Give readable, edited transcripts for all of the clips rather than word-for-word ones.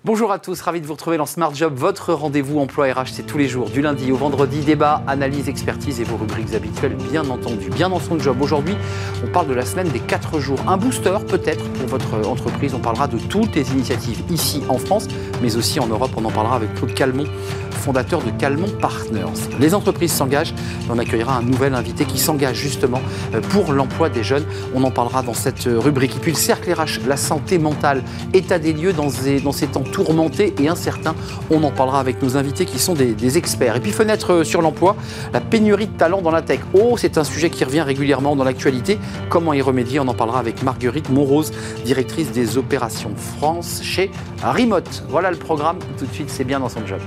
Bonjour à tous, ravi de vous retrouver dans Smart Job, votre rendez-vous emploi RH, c'est tous les jours, du lundi au vendredi, débat, analyse, expertise et vos rubriques habituelles, bien entendu. Bien dans son job, aujourd'hui, on parle de la semaine des 4 jours. Un booster peut-être pour votre entreprise, on parlera de toutes les initiatives ici en France, mais aussi en Europe, on en parlera avec Claude Calmont, fondateur de Calmont Partners. Les entreprises s'engagent et on accueillera un nouvel invité qui s'engage justement pour l'emploi des jeunes. On en parlera dans cette rubrique. Et puis le cercle RH, la santé mentale, état des lieux dans ces temps tourmentés et incertains. On en parlera avec nos invités qui sont des experts. Et puis fenêtre sur l'emploi, la pénurie de talents dans la tech. Oh, c'est un sujet qui revient régulièrement dans l'actualité. Comment y remédier? On en parlera avec Marguerite Monrose, directrice des opérations France chez Remote. Voilà le programme. Tout de suite, c'est bien dans son job.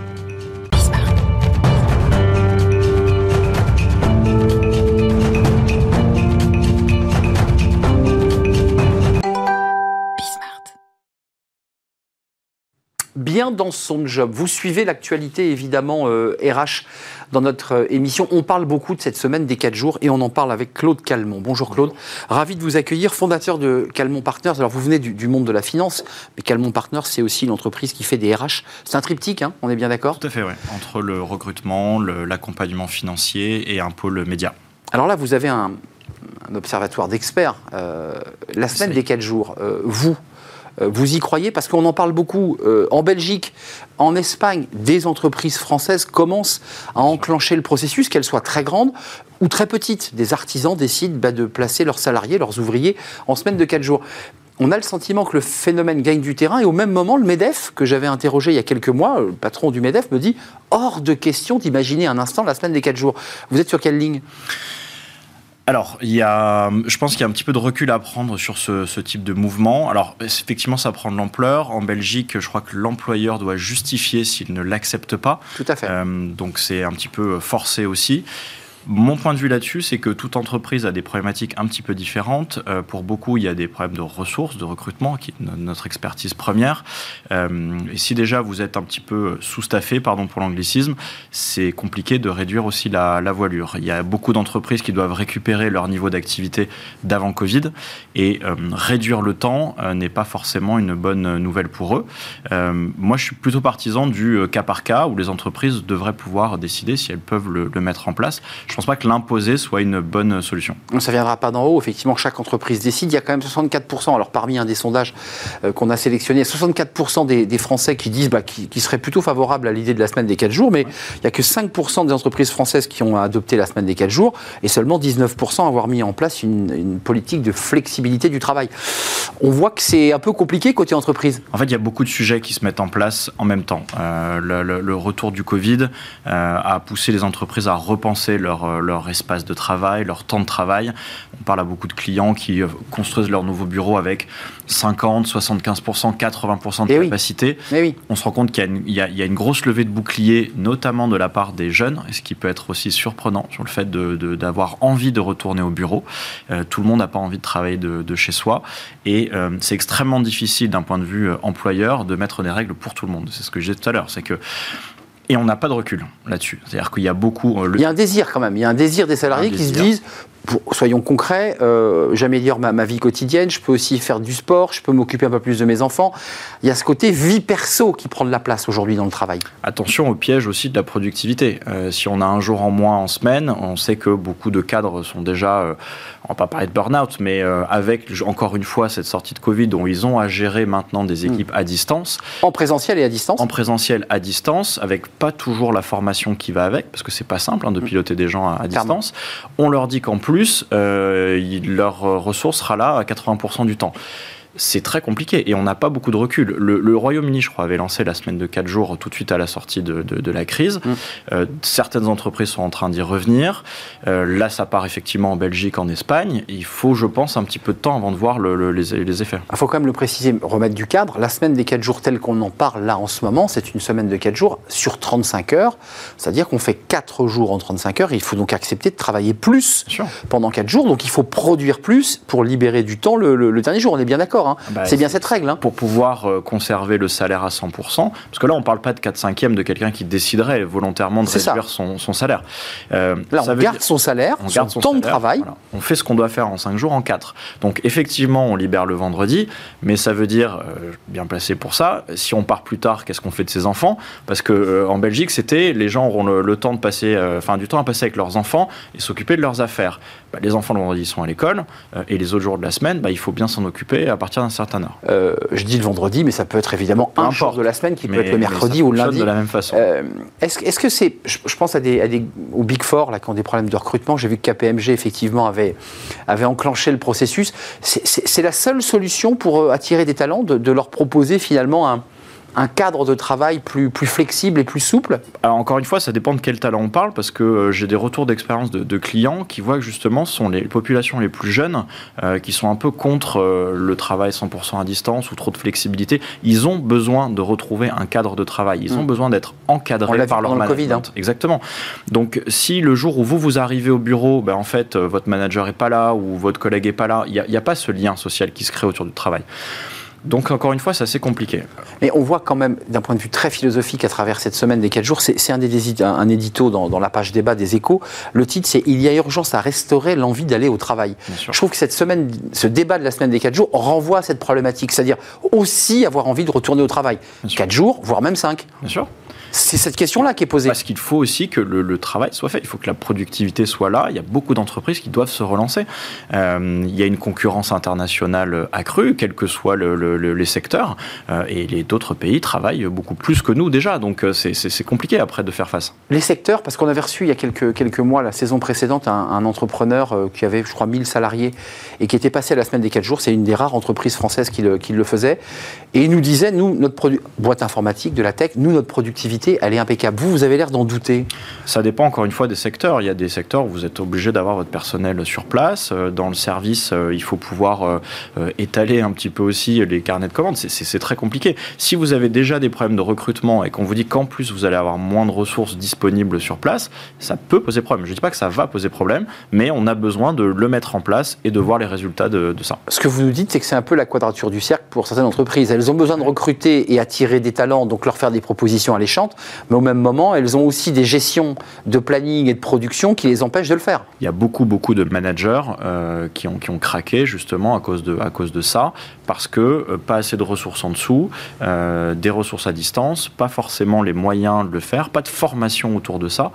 Bien dans son job. Vous suivez l'actualité évidemment RH dans notre émission. On parle beaucoup de cette semaine des 4 jours et on en parle avec Claude Calmont. Bonjour Claude, ravi de vous accueillir, fondateur de Calmont Partners. Alors vous venez du monde de la finance, mais Calmont Partners c'est aussi l'entreprise qui fait des RH. C'est un triptyque, hein, on est bien d'accord? Tout à fait, oui. Entre le recrutement, l'accompagnement financier et un pôle média. Alors là vous avez un observatoire d'experts. La semaine des 4 jours, vous y croyez? Parce qu'on en parle beaucoup. En Belgique, en Espagne, des entreprises françaises commencent à enclencher le processus, qu'elles soient très grandes ou très petites. Des artisans décident de placer leurs salariés, leurs ouvriers, en semaine de 4 jours. On a le sentiment que le phénomène gagne du terrain et au même moment, le MEDEF, que j'avais interrogé il y a quelques mois, le patron du MEDEF me dit « hors de question d'imaginer un instant la semaine des 4 jours ». Vous êtes sur quelle ligne ? Alors, je pense qu'il y a un petit peu de recul à prendre sur ce type de mouvement. Alors, effectivement, ça prend de l'ampleur. En Belgique, je crois que l'employeur doit justifier s'il ne l'accepte pas. Tout à fait. Donc, c'est un petit peu forcé aussi. Mon point de vue là-dessus, c'est que toute entreprise a des problématiques un petit peu différentes. Pour beaucoup, il y a des problèmes de ressources, de recrutement, qui est notre expertise première. Et si déjà vous êtes un petit peu sous-staffé, pardon pour l'anglicisme, c'est compliqué de réduire aussi la voilure. Il y a beaucoup d'entreprises qui doivent récupérer leur niveau d'activité d'avant Covid et réduire le temps n'est pas forcément une bonne nouvelle pour eux. Moi, je suis plutôt partisan du cas par cas où les entreprises devraient pouvoir décider si elles peuvent le mettre en place. Je ne pense pas que l'imposer soit une bonne solution. Ça ne viendra pas d'en haut. Effectivement, chaque entreprise décide. Il y a quand même 64%. Alors, parmi un des sondages qu'on a sélectionné, 64% des Français qui disent qui seraient plutôt favorables à l'idée de la semaine des 4 jours. Mais il n'y a que 5% des entreprises françaises qui ont adopté la semaine des 4 jours et seulement 19% avoir mis en place une politique de flexibilité du travail. On voit que c'est un peu compliqué côté entreprise. En fait, il y a beaucoup de sujets qui se mettent en place en même temps. Le retour du Covid a poussé les entreprises à repenser leur espace de travail, leur temps de travail. On parle à beaucoup de clients qui construisent leur nouveau bureau avec 50, 75%, 80% de capacité. Oui. On se rend compte qu'il y a une grosse levée de boucliers, notamment de la part des jeunes, et ce qui peut être aussi surprenant sur le fait d'avoir envie de retourner au bureau. Tout le monde n'a pas envie de travailler de chez soi. Et c'est extrêmement difficile d'un point de vue employeur de mettre des règles pour tout le monde. C'est ce que je disais tout à l'heure. Et on n'a pas de recul là-dessus. C'est-à-dire qu'il y a beaucoup... Il y a un désir quand même. Il y a un désir des salariés qui se disent, soyons concrets, j'améliore ma vie quotidienne, je peux aussi faire du sport, je peux m'occuper un peu plus de mes enfants. Il y a ce côté vie perso qui prend de la place aujourd'hui dans le travail. Attention au piège aussi de la productivité. Si on a un jour en moins en semaine, on sait que beaucoup de cadres sont déjà... on ne va pas parler de burn-out, mais avec, encore une fois, cette sortie de Covid, dont ils ont à gérer maintenant des équipes à distance. En présentiel et à distance. En présentiel à distance, avec pas toujours la formation qui va avec, parce que c'est pas simple de piloter des gens à distance. On leur dit qu'en plus, leur ressource sera là à 80% du temps. C'est très compliqué et on n'a pas beaucoup de recul. Le Royaume-Uni, je crois, avait lancé la semaine de 4 jours tout de suite à la sortie de la crise. Certaines entreprises sont en train d'y revenir. Là, ça part effectivement en Belgique, en Espagne. Il faut, je pense, un petit peu de temps avant de voir les effets. Il faut quand même le préciser, remettre du cadre. La semaine des 4 jours telle qu'on en parle là en ce moment, c'est une semaine de 4 jours sur 35 heures. C'est-à-dire qu'on fait 4 jours en 35 heures et il faut donc accepter de travailler plus pendant 4 jours. Donc il faut produire plus pour libérer du temps le dernier jour. On est bien d'accord. d'accord. Hein. C'est bien cette règle. Hein. Pour pouvoir conserver le salaire à 100%, parce que là, on ne parle pas de 4/5 de quelqu'un qui déciderait volontairement de réduire son salaire. Là, on garde son salaire, son temps de travail. Voilà. On fait ce qu'on doit faire en 5 jours, en 4. Donc, effectivement, on libère le vendredi, mais ça veut dire, bien placé pour ça, si on part plus tard, qu'est-ce qu'on fait de ses enfants? Parce qu'en Belgique, les gens auront le temps de passer, du temps à passer avec leurs enfants et s'occuper de leurs affaires. Les enfants, le vendredi, sont à l'école, et les autres jours de la semaine, il faut bien s'en occuper à partir d'un certain heure. Je dis le vendredi, mais ça peut être évidemment un jour de la semaine, qui peut être le mercredi ou le lundi. De la même façon. Est-ce que c'est... Je pense aux Big Four, là, qui ont des problèmes de recrutement. J'ai vu que KPMG, effectivement, avait enclenché le processus. C'est la seule solution pour attirer des talents, de leur proposer finalement un cadre de travail plus flexible et plus souple? Alors, encore une fois, ça dépend de quel talent on parle, parce que j'ai des retours d'expérience de clients qui voient que justement ce sont les populations les plus jeunes qui sont un peu contre le travail 100% à distance ou trop de flexibilité. Ils ont besoin de retrouver un cadre de travail. Ils ont besoin d'être encadrés par leur management. Covid, hein. Exactement. Donc, si le jour où vous arrivez au bureau, en fait, votre manager n'est pas là ou votre collègue n'est pas là, il n'y a pas ce lien social qui se crée autour du travail. Donc, encore une fois, c'est assez compliqué. Mais on voit quand même, d'un point de vue très philosophique, à travers cette semaine des 4 jours, c'est un édito dans la page débat des Échos. Le titre, c'est « Il y a urgence à restaurer l'envie d'aller au travail ». Je trouve que ce débat de la semaine des 4 jours renvoie à cette problématique, c'est-à-dire aussi avoir envie de retourner au travail. 4 jours, voire même 5. Bien sûr. C'est cette question-là qui est posée. Parce qu'il faut aussi que le travail soit fait. Il faut que la productivité soit là. Il y a beaucoup d'entreprises qui doivent se relancer. Il y a une concurrence internationale accrue, quels que soient les secteurs. Et d'autres pays travaillent beaucoup plus que nous déjà. Donc c'est compliqué après de faire face. Les secteurs, parce qu'on avait reçu il y a quelques mois, la saison précédente, un entrepreneur qui avait, je crois, 1000 salariés et qui était passé à la semaine des 4 jours. C'est une des rares entreprises françaises qui le faisait. Et il nous disait, nous, notre boîte informatique, de la tech, notre productivité, elle est impeccable. Vous avez l'air d'en douter. Ça dépend encore une fois des secteurs. Il y a des secteurs où vous êtes obligé d'avoir votre personnel sur place. Dans le service, il faut pouvoir étaler un petit peu aussi les carnets de commandes. C'est très compliqué. Si vous avez déjà des problèmes de recrutement et qu'on vous dit qu'en plus vous allez avoir moins de ressources disponibles sur place, ça peut poser problème. Je ne dis pas que ça va poser problème, mais on a besoin de le mettre en place et de voir les résultats de ça. Ce que vous nous dites, c'est que c'est un peu la quadrature du cercle pour certaines entreprises. Elles ont besoin de recruter et attirer des talents, donc leur faire des propositions alléchantes. Mais au même moment, elles ont aussi des gestions de planning et de production qui les empêchent de le faire. Il y a beaucoup de managers qui ont craqué justement à cause de ça, parce que pas assez de ressources en dessous, des ressources à distance, pas forcément les moyens de le faire, pas de formation autour de ça.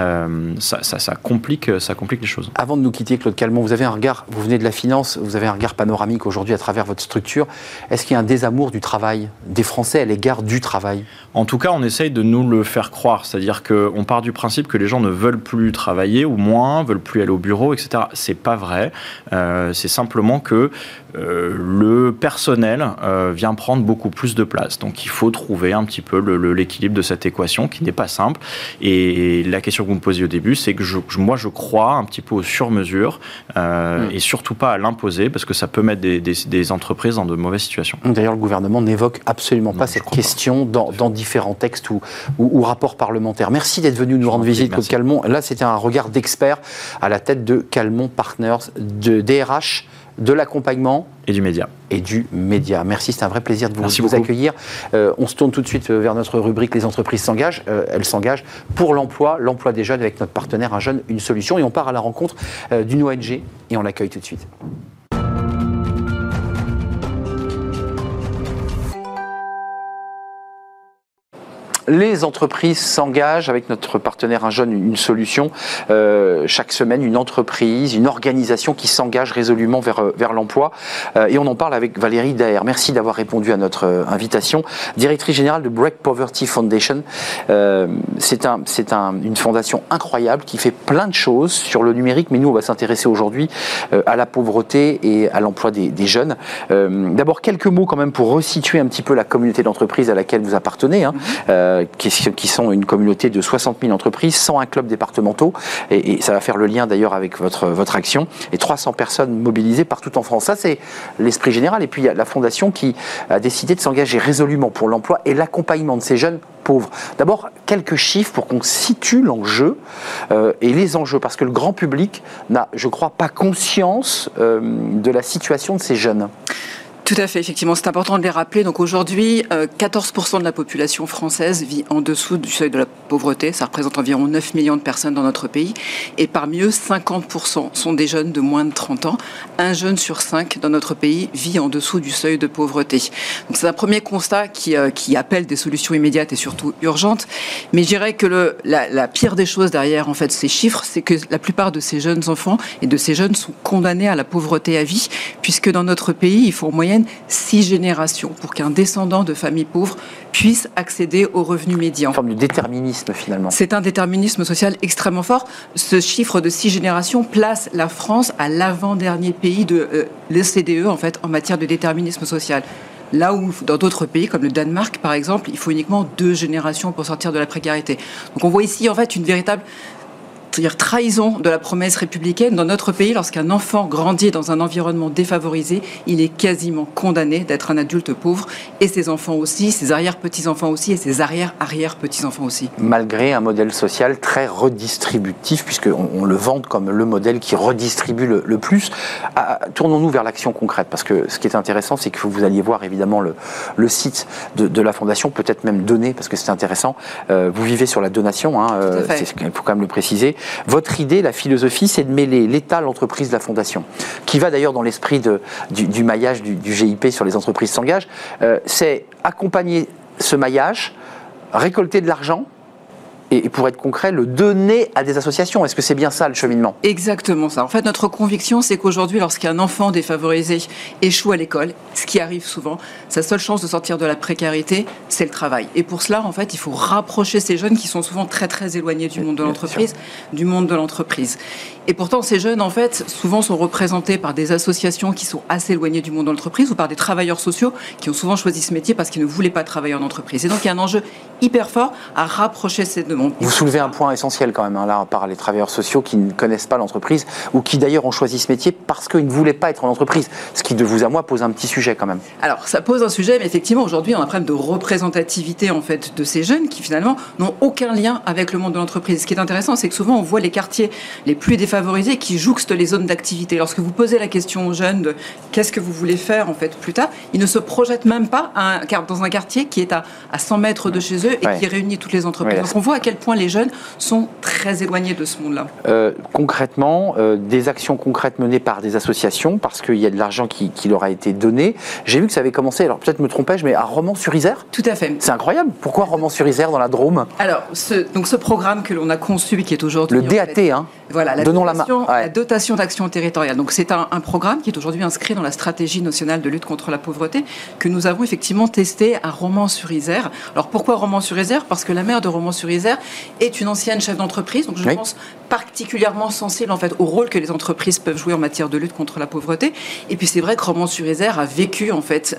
Ça complique les choses. Avant de nous quitter, Claude Calmont, vous avez un regard, vous venez de la finance, vous avez un regard panoramique aujourd'hui à travers votre structure. Est-ce qu'il y a un désamour du travail des Français à l'égard du travail? En tout cas, on essaye de nous le faire croire, c'est-à-dire qu'on part du principe que les gens ne veulent plus travailler ou moins, veulent plus aller au bureau, etc. C'est pas vrai. C'est simplement que le personnel vient prendre beaucoup plus de place. Donc il faut trouver un petit peu l'équilibre de cette équation qui n'est pas simple. Et la question que vous me posiez au début, c'est que moi je crois un petit peu aux sur-mesures et surtout pas à l'imposer, parce que ça peut mettre des entreprises dans de mauvaises situations. D'ailleurs, le gouvernement n'évoque absolument pas cette question dans différents textes ou rapports parlementaires. Merci d'être venu nous rendre visite, Claude Calmont. Là, c'était un regard d'expert à la tête de Calmont Partners, de DRH, de l'accompagnement et du média. Merci, c'est un vrai plaisir de vous accueillir. On se tourne tout de suite vers notre rubrique Les entreprises s'engagent. Elles s'engagent pour l'emploi des jeunes avec notre partenaire Un Jeune, une solution. Et on part à la rencontre d'une ONG et on l'accueille tout de suite. Les entreprises s'engagent avec notre partenaire Un Jeune, une solution. Chaque semaine, une entreprise, une organisation qui s'engage résolument vers l'emploi. Et on en parle avec Valérie Daher. Merci d'avoir répondu à notre invitation. Directrice générale de Break Poverty Foundation. C'est une fondation incroyable qui fait plein de choses sur le numérique, mais nous, on va s'intéresser aujourd'hui à la pauvreté et à l'emploi des jeunes. D'abord, quelques mots quand même pour resituer un petit peu la communauté d'entreprises à laquelle vous appartenez. Qui sont une communauté de 60 000 entreprises, 101 clubs départementaux, et ça va faire le lien d'ailleurs avec votre action, et 300 personnes mobilisées partout en France. Ça, c'est l'esprit général. Et puis, il y a la Fondation qui a décidé de s'engager résolument pour l'emploi et l'accompagnement de ces jeunes pauvres. D'abord, quelques chiffres pour qu'on situe l'enjeu et les enjeux, parce que le grand public n'a, je crois, pas conscience de la situation de ces jeunes. Tout à fait, effectivement, c'est important de les rappeler. Donc aujourd'hui, 14% de la population française vit en dessous du seuil de la pauvreté. Ça représente environ 9 millions de personnes dans notre pays. Et parmi eux, 50% sont des jeunes de moins de 30 ans. Un jeune sur 5 dans notre pays vit en dessous du seuil de pauvreté. Donc c'est un premier constat qui appelle des solutions immédiates et surtout urgentes. Mais je dirais que la pire des choses derrière en fait ces chiffres, c'est que la plupart de ces jeunes enfants et de ces jeunes sont condamnés à la pauvreté à vie, puisque dans notre pays, il faut en moyenne 6 générations pour qu'un descendant de famille pauvre puisse accéder au revenu médian. Une forme de déterminisme finalement. C'est un déterminisme social extrêmement fort. Ce chiffre de 6 générations place la France à l'avant-dernier pays de l'OCDE en fait en matière de déterminisme social. Là où, dans d'autres pays, comme le Danemark, par exemple, il faut uniquement 2 générations pour sortir de la précarité. Donc on voit ici, en fait, une véritable trahison de la promesse républicaine. Dans notre pays, lorsqu'un enfant grandit dans un environnement défavorisé, il est quasiment condamné d'être un adulte pauvre, et ses enfants aussi, ses arrière-petits-enfants aussi, et ses arrière-arrière-petits-enfants aussi. Malgré un modèle social très redistributif, puisqu'on le vante comme le modèle qui redistribue le plus. Tournons-nous vers l'action concrète, parce que ce qui est intéressant, c'est que vous alliez voir évidemment le site de la Fondation, peut-être même donner, parce que c'est intéressant. Vous vivez sur la donation, il faut quand même le préciser. Votre idée, la philosophie, c'est de mêler l'État, l'entreprise, la Fondation, qui va d'ailleurs dans l'esprit du maillage du GIP sur les entreprises s'engagent. C'est accompagner ce maillage, récolter de l'argent, et pour être concret, le donner à des associations. Est-ce que c'est bien ça le cheminement ? Exactement ça. En fait, notre conviction, c'est qu'aujourd'hui, lorsqu'un enfant défavorisé échoue à l'école, ce qui arrive souvent, sa seule chance de sortir de la précarité, c'est le travail. Et pour cela, en fait, il faut rapprocher ces jeunes qui sont souvent très très éloignés du monde de l'entreprise, Et pourtant, ces jeunes, en fait, souvent sont représentés par des associations qui sont assez éloignées du monde de l'entreprise ou par des travailleurs sociaux qui ont souvent choisi ce métier parce qu'ils ne voulaient pas travailler en entreprise. Et donc, il y a un enjeu hyper fort à rapprocher ces deux mondes. Vous soulevez un point essentiel quand même, là, par les travailleurs sociaux qui ne connaissent pas l'entreprise ou qui d'ailleurs ont choisi ce métier parce qu'ils ne voulaient pas être en entreprise. Ce qui, de vous à moi, pose un petit sujet quand même. Alors, ça pose un sujet, mais effectivement, aujourd'hui, on a un problème de représentativité en fait, de ces jeunes qui finalement n'ont aucun lien avec le monde de l'entreprise. Ce qui est intéressant, c'est que souvent, on voit les quartiers les plus défavorisés qui jouxtent les zones d'activité. Lorsque vous posez la question aux jeunes de qu'est-ce que vous voulez faire en fait plus tard, ils ne se projettent même pas dans un quartier qui est à 100 mètres de chez eux et qui réunit toutes les entreprises. Donc, on voit à quel point les jeunes sont très éloignés de ce monde-là. Concrètement, des actions concrètes menées par des associations, parce qu'il y a de l'argent qui leur a été donné. J'ai vu que ça avait commencé, alors peut-être me trompais-je, mais à Romans-sur-Isère. Tout à fait. C'est incroyable. Pourquoi Romans-sur-Isère dans la Drôme ? Alors, ce programme que l'on a conçu, qui est aujourd'hui... Le DAT, fait, voilà, la dotation d'action territoriale. Donc, c'est un programme qui est aujourd'hui inscrit dans la stratégie nationale de lutte contre la pauvreté, que nous avons effectivement testé à Romans-sur-Isère. Alors, pourquoi Romans-sur-Isère ? Parce que la maire de Romans-sur-Isère est une ancienne chef d'entreprise, donc je pense particulièrement sensible en fait au rôle que les entreprises peuvent jouer en matière de lutte contre la pauvreté. Et puis c'est vrai que Romans-sur-Isère a vécu en fait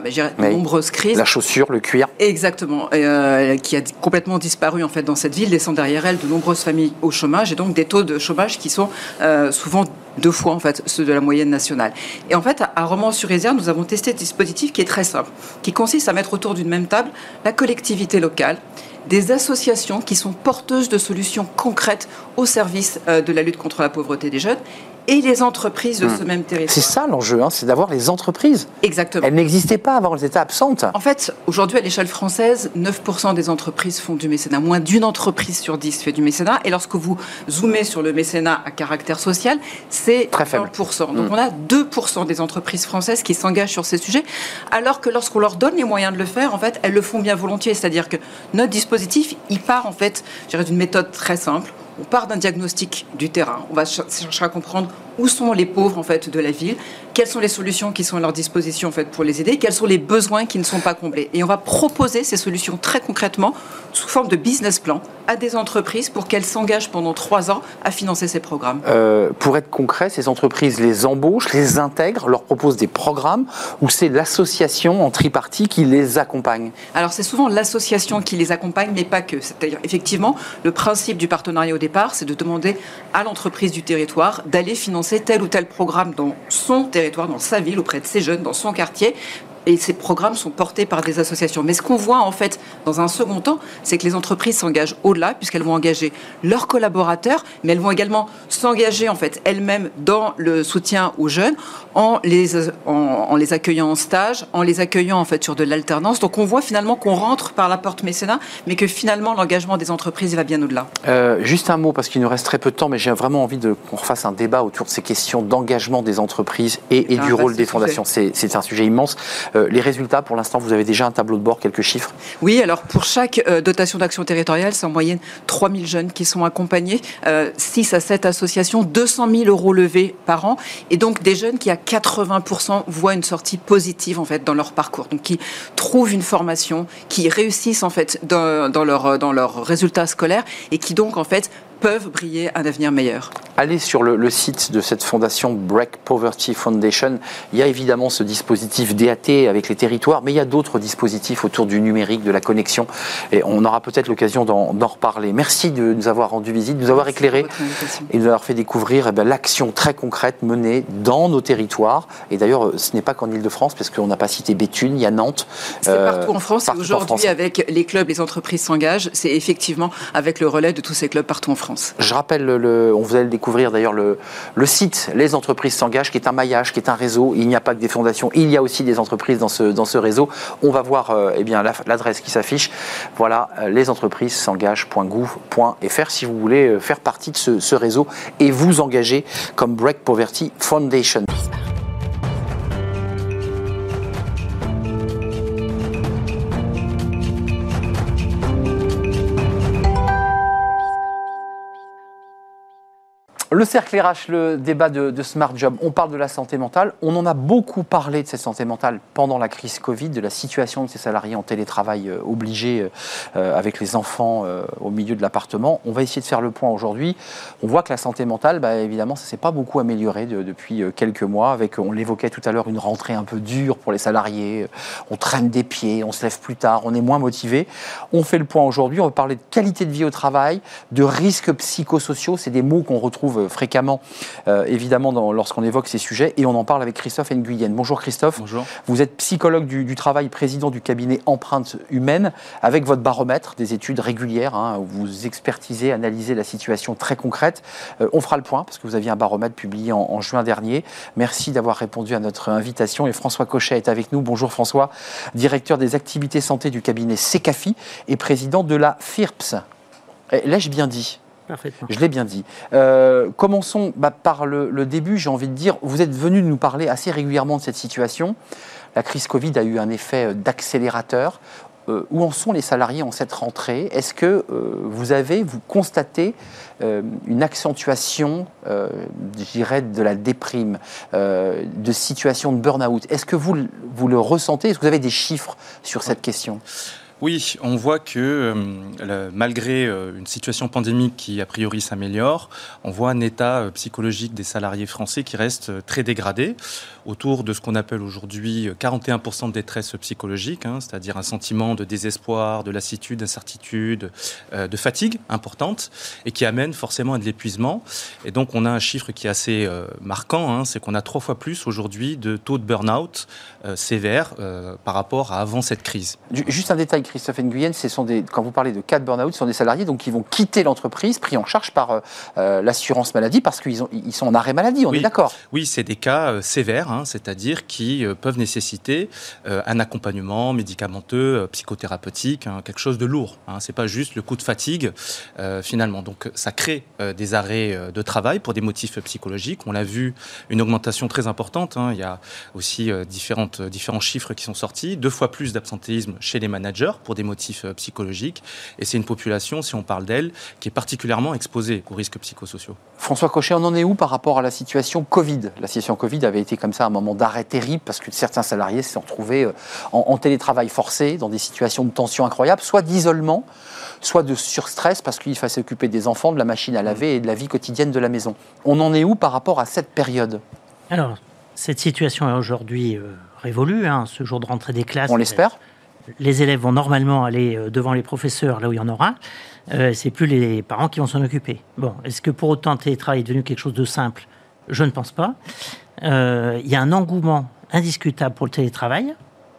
de nombreuses crises. La chaussure, le cuir. Exactement, qui a complètement disparu en fait dans cette ville, laissant derrière elle de nombreuses familles au chômage et donc des taux de chômage qui sont souvent 2 fois en fait ceux de la moyenne nationale. Et en fait à Romans-sur-Isère, nous avons testé un dispositif qui est très simple, qui consiste à mettre autour d'une même table la collectivité locale, des associations qui sont porteuses de solutions concrètes au service de la lutte contre la pauvreté des jeunes et les entreprises de ce même territoire. C'est ça l'enjeu, c'est d'avoir les entreprises. Exactement. Elles n'existaient pas avant, elles étaient absentes. En fait, aujourd'hui, à l'échelle française, 9% des entreprises font du mécénat. Moins d'une entreprise sur 10 fait du mécénat. Et lorsque vous zoomez sur le mécénat à caractère social, c'est très faible. 1%. Donc on a 2% des entreprises françaises qui s'engagent sur ces sujets, alors que lorsqu'on leur donne les moyens de le faire, en fait, elles le font bien volontiers. C'est-à-dire que notre dispositif, il part en fait, je dirais, d'une méthode très simple. On part d'un diagnostic du terrain. On va chercher à comprendre où sont les pauvres en fait de la ville, quelles sont les solutions qui sont à leur disposition en fait pour les aider, quels sont les besoins qui ne sont pas comblés. Et on va proposer ces solutions très concrètement sous forme de business plan à des entreprises pour qu'elles s'engagent pendant 3 ans à financer ces programmes. Pour être concret, ces entreprises les embauchent, les intègrent, leur proposent des programmes, ou c'est l'association en tripartie qui les accompagne ? Alors c'est souvent l'association qui les accompagne, mais pas que. C'est-à-dire effectivement, le principe du partenariat au départ, c'est de demander à l'entreprise du territoire d'aller financer tel ou tel programme dans son territoire, dans sa ville, auprès de ses jeunes, dans son quartier, et ces programmes sont portés par des associations. Mais ce qu'on voit en fait dans un second temps, c'est que les entreprises s'engagent au-delà, puisqu'elles vont engager leurs collaborateurs, mais elles vont également s'engager en fait elles-mêmes dans le soutien aux jeunes, en les accueillant en stage, en les accueillant en fait sur de l'alternance. Donc on voit finalement qu'on rentre par la porte mécénat, mais que finalement l'engagement des entreprises va bien au-delà. Juste un mot, parce qu'il nous reste très peu de temps, mais j'ai vraiment envie qu'on refasse un débat autour de ces questions d'engagement des entreprises et du rôle des fondations. C'est un sujet immense. Les résultats, pour l'instant, vous avez déjà un tableau de bord, quelques chiffres? Oui, alors pour chaque dotation d'action territoriale, c'est en moyenne 3 000 jeunes qui sont accompagnés, 6 à 7 associations, 200 000 euros levés par an, et donc des jeunes qui à 80% voient une sortie positive en fait dans leur parcours, donc qui trouvent une formation, qui réussissent en fait dans leurs résultats scolaires et qui donc en fait peuvent briller un avenir meilleur. Allez sur le site de cette fondation Break Poverty Foundation. Il y a évidemment ce dispositif DAT avec les territoires, mais il y a d'autres dispositifs autour du numérique, de la connexion. Et on aura peut-être l'occasion d'en reparler. Merci de nous avoir rendu visite, de nous avoir éclairé et de nous avoir fait découvrir l'action très concrète menée dans nos territoires. Et d'ailleurs, ce n'est pas qu'en Ile-de-France, parce qu'on n'a pas cité Béthune, il y a Nantes. C'est partout en France. Et aujourd'hui, avec les clubs, les entreprises s'engagent. C'est effectivement avec le relais de tous ces clubs partout en France. Je rappelle, on vous allez le découvrir d'ailleurs, le site Les entreprises s'engagent, qui est un maillage, qui est un réseau. Il n'y a pas que des fondations, il y a aussi des entreprises dans ce réseau. On va voir l'adresse qui s'affiche. Voilà, lesentreprises-s'engagent.gouv.fr si vous voulez faire partie de ce réseau et vous engager comme Break Poverty Foundation. Le cercle RH, le débat de Smart Job, on parle de la santé mentale. On en a beaucoup parlé de cette santé mentale pendant la crise Covid, de la situation de ces salariés en télétravail obligés avec les enfants au milieu de l'appartement. On va essayer de faire le point aujourd'hui. On voit que la santé mentale, évidemment, ça ne s'est pas beaucoup amélioré depuis quelques mois. On l'évoquait tout à l'heure, une rentrée un peu dure pour les salariés. On traîne des pieds, on se lève plus tard, on est moins motivé. On fait le point aujourd'hui. On va parler de qualité de vie au travail, de risques psychosociaux. C'est des mots qu'on retrouve fréquemment, évidemment, lorsqu'on évoque ces sujets. Et on en parle avec Christophe Nguyen. Bonjour Christophe. Bonjour. Vous êtes psychologue du travail, président du cabinet Empreinte Humaine, avec votre baromètre, des études régulières, où vous expertisez, analysez la situation très concrète. On fera le point, parce que vous aviez un baromètre publié en juin dernier. Merci d'avoir répondu à notre invitation. Et François Cochet est avec nous. Bonjour François, directeur des activités santé du cabinet Secafi et président de la FIRPS. L'ai-je bien dit ? Parfaitement. Je l'ai bien dit. Commençons par le début, j'ai envie de dire, vous êtes venu nous parler assez régulièrement de cette situation. La crise Covid a eu un effet d'accélérateur. Où en sont les salariés en cette rentrée? Est-ce que vous constatez une accentuation, je dirais, de la déprime, de situations de burn-out? Est-ce que vous le ressentez? Est-ce que vous avez des chiffres sur cette question? Oui, on voit que malgré une situation pandémique qui a priori s'améliore, on voit un état psychologique des salariés français qui reste très dégradé, autour de ce qu'on appelle aujourd'hui 41% de détresse psychologique, c'est-à-dire un sentiment de désespoir, de lassitude, d'incertitude, de fatigue importante, et qui amène forcément à de l'épuisement. Et donc on a un chiffre qui est assez marquant, c'est qu'on a 3 fois plus aujourd'hui de taux de burn-out sévère par rapport à avant cette crise. Juste un détail, Christophe Nguyen, quand vous parlez de cas de burn-out, ce sont des salariés qui vont quitter l'entreprise, pris en charge par l'assurance maladie, parce qu'ils sont en arrêt maladie, on est d'accord? Oui, c'est des cas sévères, c'est-à-dire qui peuvent nécessiter un accompagnement médicamenteux, psychothérapeutique, quelque chose de lourd. C'est pas juste le coup de fatigue, finalement. Donc ça crée des arrêts de travail pour des motifs psychologiques. On l'a vu, une augmentation très importante. Il y a aussi différents chiffres qui sont sortis. 2 fois plus d'absentéisme chez les managers pour des motifs psychologiques. Et c'est une population, si on parle d'elle, qui est particulièrement exposée aux risques psychosociaux. François Cochet, on en est où par rapport à la situation Covid? La situation Covid avait été comme ça un moment d'arrêt terrible parce que certains salariés se sont retrouvés en télétravail forcé, dans des situations de tension incroyables, soit d'isolement, soit de surstress parce qu'il fallait s'occuper des enfants, de la machine à laver et de la vie quotidienne de la maison. On en est où par rapport à cette période? Alors, cette situation est aujourd'hui révolue, ce jour de rentrée des classes. On l'espère. Les élèves vont normalement aller devant les professeurs, là où il y en aura. C'est plus les parents qui vont s'en occuper. Bon, est-ce que pour autant le télétravail est devenu quelque chose de simple? Je ne pense pas. Il y a un engouement indiscutable pour le télétravail.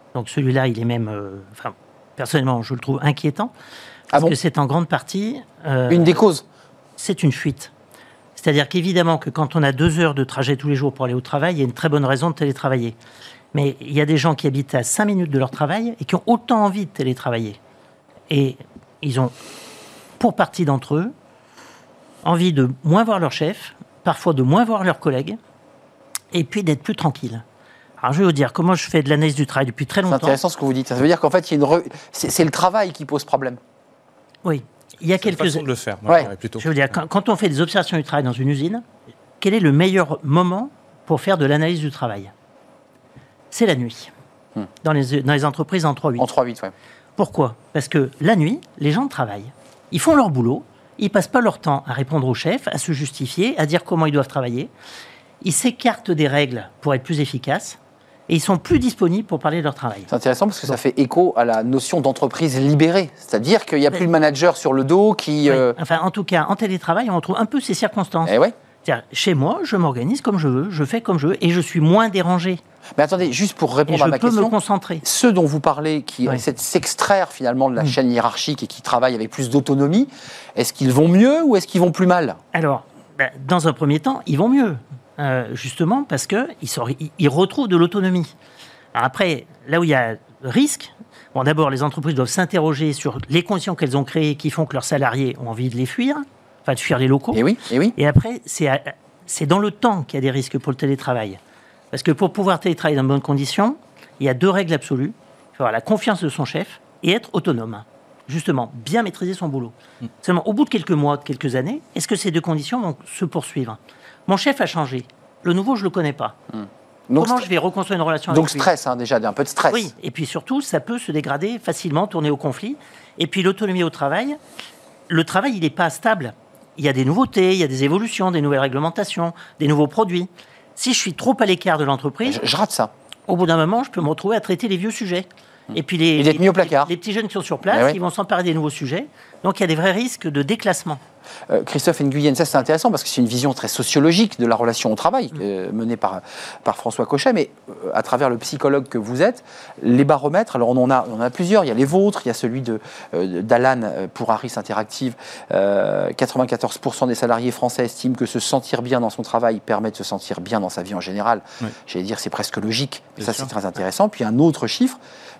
Donc celui-là, il est même, personnellement, je le trouve inquiétant, parce que c'est en grande partie... une des causes. C'est une fuite. C'est-à-dire qu'évidemment que quand on a 2 heures de trajet tous les jours pour aller au travail, il y a une très bonne raison de télétravailler. Mais il y a des gens qui habitent à 5 minutes de leur travail et qui ont autant envie de télétravailler. Et ils ont, pour partie d'entre eux, envie de moins voir leur chef, parfois de moins voir leurs collègues, et puis d'être plus tranquille. Alors je vais vous dire, comment je fais de l'analyse du travail depuis très longtemps. C'est intéressant ce que vous dites. Ça veut dire qu'en fait, c'est le travail qui pose problème. Oui. Il y a quelques façon de le faire. Moi, plutôt. Je veux dire, quand on fait des observations du travail dans une usine, quel est le meilleur moment pour faire de l'analyse du travail ? C'est la nuit. Dans les entreprises en 3-8. En 3-8, oui. Pourquoi ? Parce que la nuit, les gens travaillent. Ils font leur boulot. Ils ne passent pas leur temps à répondre au chef, à se justifier, à dire comment ils doivent travailler. Ils s'écartent des règles pour être plus efficaces. Et ils sont plus disponibles pour parler de leur travail. C'est intéressant parce que ça fait écho à la notion d'entreprise libérée. C'est-à-dire qu'il n'y a plus le manager sur le dos qui... Oui. Enfin, en tout cas, en télétravail, on retrouve un peu ces circonstances. Eh ouais. C'est-à-dire, chez moi, je m'organise comme je veux, je fais comme je veux, et je suis moins dérangé. Mais attendez, juste pour répondre à ma question... Et je peux me concentrer. Ceux dont vous parlez, qui essaient de s'extraire finalement de la chaîne hiérarchique et qui travaillent avec plus d'autonomie, est-ce qu'ils vont mieux ou est-ce qu'ils vont plus mal ? Alors, dans un premier temps, ils vont mieux. Justement parce qu'ils retrouvent de l'autonomie. Alors après, là où il y a risque, bon, d'abord, les entreprises doivent s'interroger sur les conditions qu'elles ont créées qui font que leurs salariés ont envie de les fuir, enfin de fuir les locaux. Et oui. Et après, c'est dans le temps qu'il y a des risques pour le télétravail. Parce que pour pouvoir télétravailler dans de bonnes conditions, il y a 2 règles absolues. Il faut avoir la confiance de son chef et être autonome. Justement, bien maîtriser son boulot. Seulement, au bout de quelques mois, de quelques années, est-ce que ces 2 conditions vont se poursuivre ? Mon chef a changé. Le nouveau, je ne le connais pas. Donc, comment je vais reconstruire une relation avec lui ? Donc stress, déjà, un peu de stress. Oui, et puis surtout, ça peut se dégrader facilement, tourner au conflit. Et puis l'autonomie au travail, le travail, il n'est pas stable. Il y a des nouveautés, il y a des évolutions, des nouvelles réglementations, des nouveaux produits. Si je suis trop à l'écart de l'entreprise... Je rate ça. Au bout d'un moment, je peux me retrouver à traiter les vieux sujets. Et puis d'être mis au placard. Les petits jeunes qui sont sur place, ils vont s'emparer des nouveaux sujets. Donc il y a des vrais risques de déclassement. Christophe Nguyen, ça c'est intéressant parce que c'est une vision très sociologique de la relation au travail menée par François Cochet, mais à travers le psychologue que vous êtes, les baromètres, alors on en a plusieurs, il y a les vôtres, il y a celui d'Alan pour Harris Interactive, 94% des salariés français estiment que se sentir bien dans son travail permet de se sentir bien dans sa vie en général. J'allais dire c'est presque logique, mais ça c'est très intéressant. Puis un autre chiffre,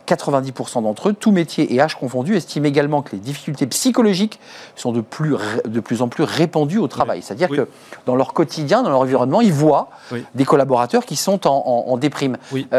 90% d'entre eux, tous métiers et âges confondus, estiment également que les difficultés psychologiques sont de plus en plus répandues au travail. C'est-à-dire que dans leur quotidien, dans leur environnement, ils voient des collaborateurs qui sont en déprime.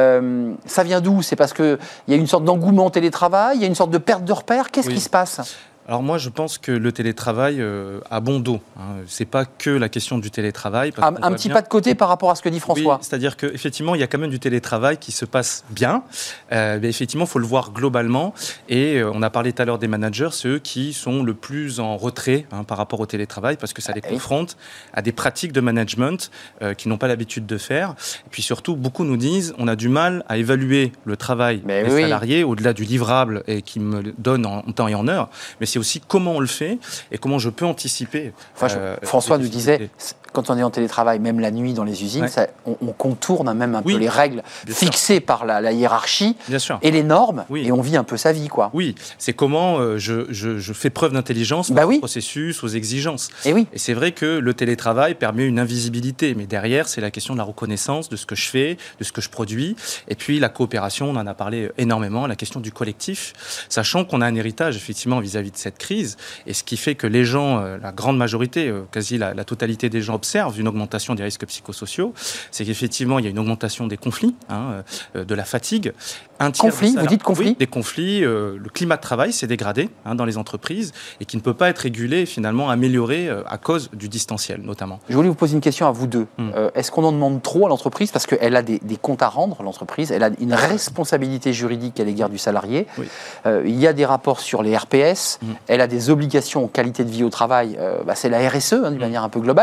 Ça vient d'où ? C'est parce qu'il y a une sorte d'engouement au télétravail, il y a une sorte de perte de repères. Qu'est-ce qui se passe ? Alors moi, je pense que le télétravail a bon dos. C'est pas que la question du télétravail. Un petit pas de côté par rapport à ce que dit François. Oui, c'est-à-dire qu'effectivement, il y a quand même du télétravail qui se passe bien. Mais effectivement, il faut le voir globalement. Et on a parlé tout à l'heure des managers, c'est eux qui sont le plus en retrait par rapport au télétravail parce que ça les confronte à des pratiques de management qu'ils n'ont pas l'habitude de faire. Et puis surtout, beaucoup nous disent on a du mal à évaluer le travail des salariés au-delà du livrable et qui me donne en temps et en heure. Mais c'est aussi comment on le fait et comment je peux anticiper. François nous disait, quand on est en télétravail, même la nuit dans les usines, on contourne même un peu les règles fixées par la hiérarchie et les normes, et on vit un peu sa vie, quoi. Oui, c'est comment je fais preuve d'intelligence au processus, aux exigences. Et c'est vrai que le télétravail permet une invisibilité, mais derrière, c'est la question de la reconnaissance de ce que je fais, de ce que je produis, et puis la coopération, on en a parlé énormément, la question du collectif, sachant qu'on a un héritage, effectivement, vis-à-vis de cette crise, et ce qui fait que les gens, la grande majorité, quasi la totalité des gens observent une augmentation des risques psychosociaux, c'est qu'effectivement, il y a une augmentation des conflits, de la fatigue. Conflits, vous dites conflits ? Oui, des conflits. Le climat de travail s'est dégradé dans les entreprises et qui ne peut pas être régulé, finalement, amélioré à cause du distanciel, notamment. Je voulais vous poser une question à vous deux. Est-ce qu'on en demande trop à l'entreprise ? Parce qu'elle a des comptes à rendre, l'entreprise. Elle a une responsabilité juridique à l'égard du salarié. Il y a des rapports sur les RPS. Elle a des obligations en qualité de vie au travail. C'est la RSE, d'une manière un peu globale.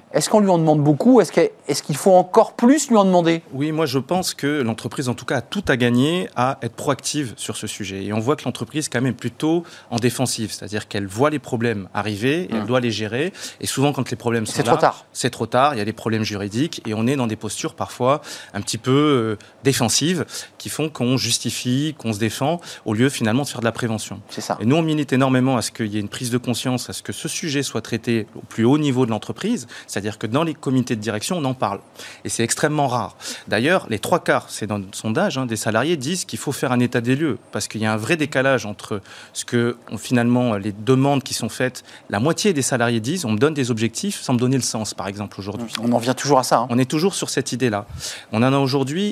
Est-ce qu'on lui en demande beaucoup ? Est-ce qu'il faut encore plus lui en demander ? Oui, moi je pense que l'entreprise en tout cas a tout à gagner à être proactive sur ce sujet. Et on voit que l'entreprise quand même est plutôt en défensive, c'est-à-dire qu'elle voit les problèmes arriver et elle doit les gérer. Et souvent quand les problèmes sont là, c'est trop tard, il y a des problèmes juridiques et on est dans des postures parfois un petit peu défensives qui font qu'on justifie, qu'on se défend au lieu finalement de faire de la prévention. C'est ça. Et nous on milite énormément à ce qu'il y ait une prise de conscience, à ce que ce sujet soit traité au plus haut niveau de l'entreprise. C'est-à-dire que dans les comités de direction, on en parle. Et c'est extrêmement rare. D'ailleurs, les 3/4, c'est dans le sondage, des salariés disent qu'il faut faire un état des lieux. Parce qu'il y a un vrai décalage entre ce que, finalement, les demandes qui sont faites. La moitié des salariés disent, on me donne des objectifs sans me donner le sens, par exemple, aujourd'hui. On en vient toujours à ça. On est toujours sur cette idée-là. On en a aujourd'hui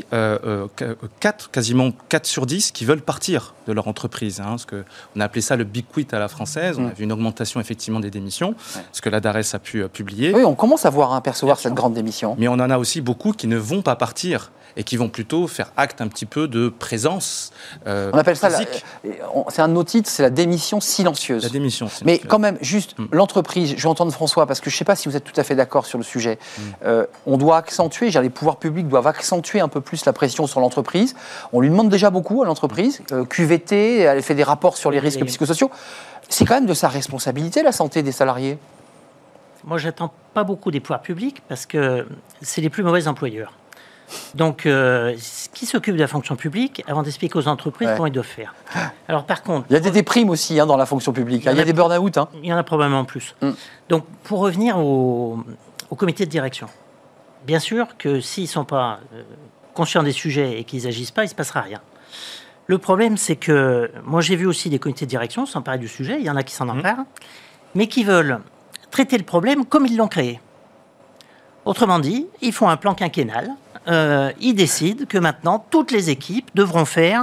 quasiment 4 sur 10 qui veulent partir de leur entreprise. Parce qu'on a appelé ça le big quit à la française. On a vu une augmentation, effectivement, des démissions. Ce que la DARES a pu publier. Oui, on commence à voir, percevoir cette grande démission. Mais on en a aussi beaucoup qui ne vont pas partir et qui vont plutôt faire acte un petit peu de présence on appelle physique. C'est un de nos titres, c'est la démission silencieuse. La démission silencieuse. Mais quand même, juste, l'entreprise, je vais entendre François, parce que je ne sais pas si vous êtes tout à fait d'accord sur le sujet. On doit accentuer, les pouvoirs publics doivent accentuer un peu plus la pression sur l'entreprise. On lui demande déjà beaucoup à l'entreprise. QVT, elle fait des rapports sur les risques psychosociaux. C'est quand même de sa responsabilité, la santé des salariés. Moi, j'attends pas beaucoup des pouvoirs publics parce que c'est les plus mauvais employeurs. Donc, qui s'occupe de la fonction publique avant d'expliquer aux entreprises comment ils doivent faire. Alors, par contre... Il y a des déprimes aussi dans la fonction publique. Il y a des burn-out. Il y en a probablement plus. Donc, pour revenir au comité de direction, bien sûr que s'ils ne sont pas conscients des sujets et qu'ils n'agissent pas, il ne se passera rien. Le problème, c'est que... Moi, j'ai vu aussi des comités de direction s'emparer du sujet. Il y en a qui s'en emparent, mais qui veulent traiter le problème comme ils l'ont créé. Autrement dit, ils font un plan quinquennal. Ils décident que maintenant, toutes les équipes devront faire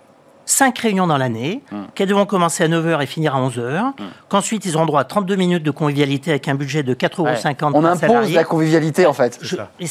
5 réunions dans l'année, qu'elles devront commencer à 9h et finir à 11h, qu'ensuite ils auront droit à 32 minutes de convivialité avec un budget de 4,50 € On impose la convivialité, en fait.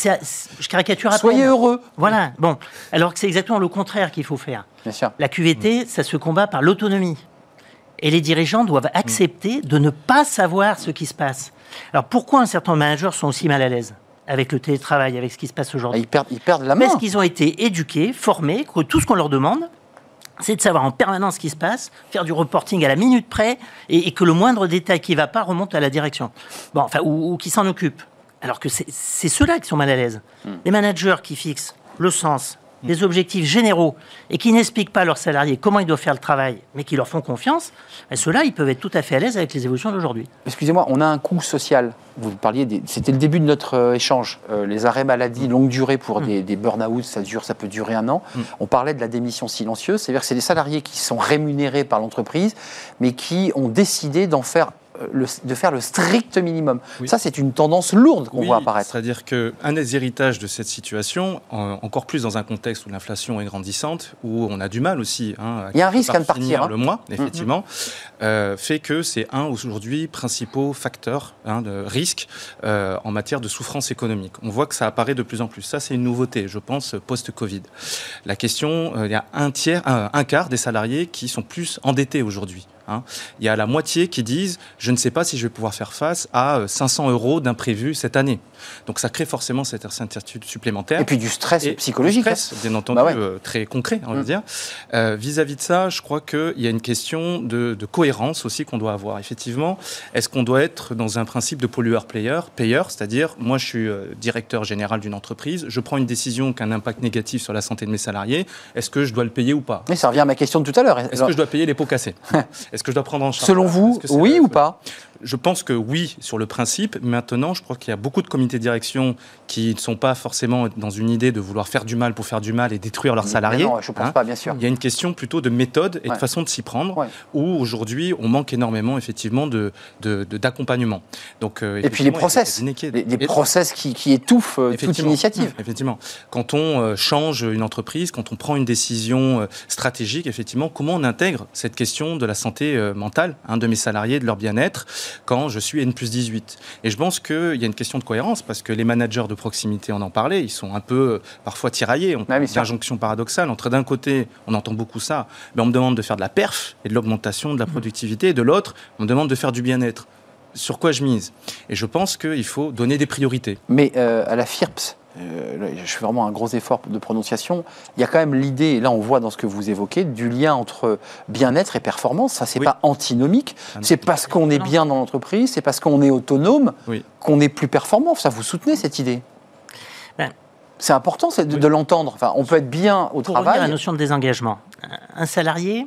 Je caricature à peine. Soyez heureux. Voilà. Bon. Alors que c'est exactement le contraire qu'il faut faire. Bien sûr. La QVT, ça se combat par l'autonomie. Et les dirigeants doivent accepter de ne pas savoir ce qui se passe. Alors pourquoi un certain nombre de managers sont aussi mal à l'aise avec le télétravail, avec ce qui se passe aujourd'hui? Ils perdent la main. Parce qu'ils ont été éduqués, formés, que tout ce qu'on leur demande, c'est de savoir en permanence ce qui se passe, faire du reporting à la minute près, et que le moindre détail qui ne va pas remonte à la direction. Bon, enfin, ou qui s'en occupe. Alors que c'est ceux-là qui sont mal à l'aise. Les managers qui fixent le sens, les objectifs généraux, et qui n'expliquent pas à leurs salariés comment ils doivent faire le travail, mais qui leur font confiance, ceux-là, ils peuvent être tout à fait à l'aise avec les évolutions d'aujourd'hui. Excusez-moi, on a un coût social. Vous parliez, c'était le début de notre échange, les arrêts maladie longue durée pour des burn-out, ça peut durer 1 an. On parlait de la démission silencieuse, c'est-à-dire que c'est des salariés qui sont rémunérés par l'entreprise, mais qui ont décidé de faire le strict minimum. Oui. Ça, c'est une tendance lourde qu'on voit apparaître. C'est-à-dire qu'un des héritages de cette situation, encore plus dans un contexte où l'inflation est grandissante, où on a du mal aussi il y a un risque à ne partir le mois, effectivement, fait que c'est un aujourd'hui principaux facteurs de risque en matière de souffrance économique. On voit que ça apparaît de plus en plus. Ça, c'est une nouveauté, je pense, post-Covid. La question, il y a un quart des salariés qui sont plus endettés aujourd'hui. Il y a la moitié qui disent « je ne sais pas si je vais pouvoir faire face à 500 € d'imprévu cette année ». Donc ça crée forcément cette incertitude supplémentaire. Et puis du stress psychologique. Du stress, bien entendu, très concret, on va dire. Vis-à-vis de ça, je crois qu'il y a une question de cohérence aussi qu'on doit avoir. Effectivement, est-ce qu'on doit être dans un principe de pollueur-payeur, c'est-à-dire, moi je suis directeur général d'une entreprise, je prends une décision qui a un impact négatif sur la santé de mes salariés, est-ce que je dois le payer ou pas ? Mais ça revient à ma question de tout à l'heure. Est-ce que je dois payer les pots cassés ? Est-ce que je dois prendre en charge ? Selon vous, oui ou pas ? Je pense que oui, sur le principe. Maintenant, je crois qu'il y a beaucoup de comités de direction qui ne sont pas forcément dans une idée de vouloir faire du mal pour faire du mal et détriire leurs salariés. Non, je ne pense pas, bien sûr. Il y a une question plutôt de méthode et de façon de s'y prendre, où aujourd'hui, on manque énormément, effectivement, d'accompagnement. Donc, et puis les process, les process qui étouffent toute initiative. Effectivement. Quand on change une entreprise, quand on prend une décision stratégique, effectivement, comment on intègre cette question de la santé mentale de mes salariés, de leur bien-être, quand je suis N+18. Et je pense qu'il y a une question de cohérence, parce que les managers de proximité, on en parlait, ils sont un peu parfois tiraillés. On a une injonction paradoxale entre, d'un côté, on entend beaucoup ça, mais on me demande de faire de la perf et de l'augmentation de la productivité, et de l'autre, on me demande de faire du bien-être. sur quoi je mise. Et je pense qu'il faut donner des priorités. Mais à la FIRPS, je fais vraiment un gros effort de prononciation, il y a quand même l'idée, et là on voit dans ce que vous évoquez, du lien entre bien-être et performance. Ça, c'est pas antinomique, c'est parce qu'on est bien dans l'entreprise, c'est parce qu'on est autonome qu'on est plus performant. Ça, vous soutenez cette idée? C'est important de l'entendre. Enfin, on peut être bien au travail. Pour revenir à la notion de désengagement, un salarié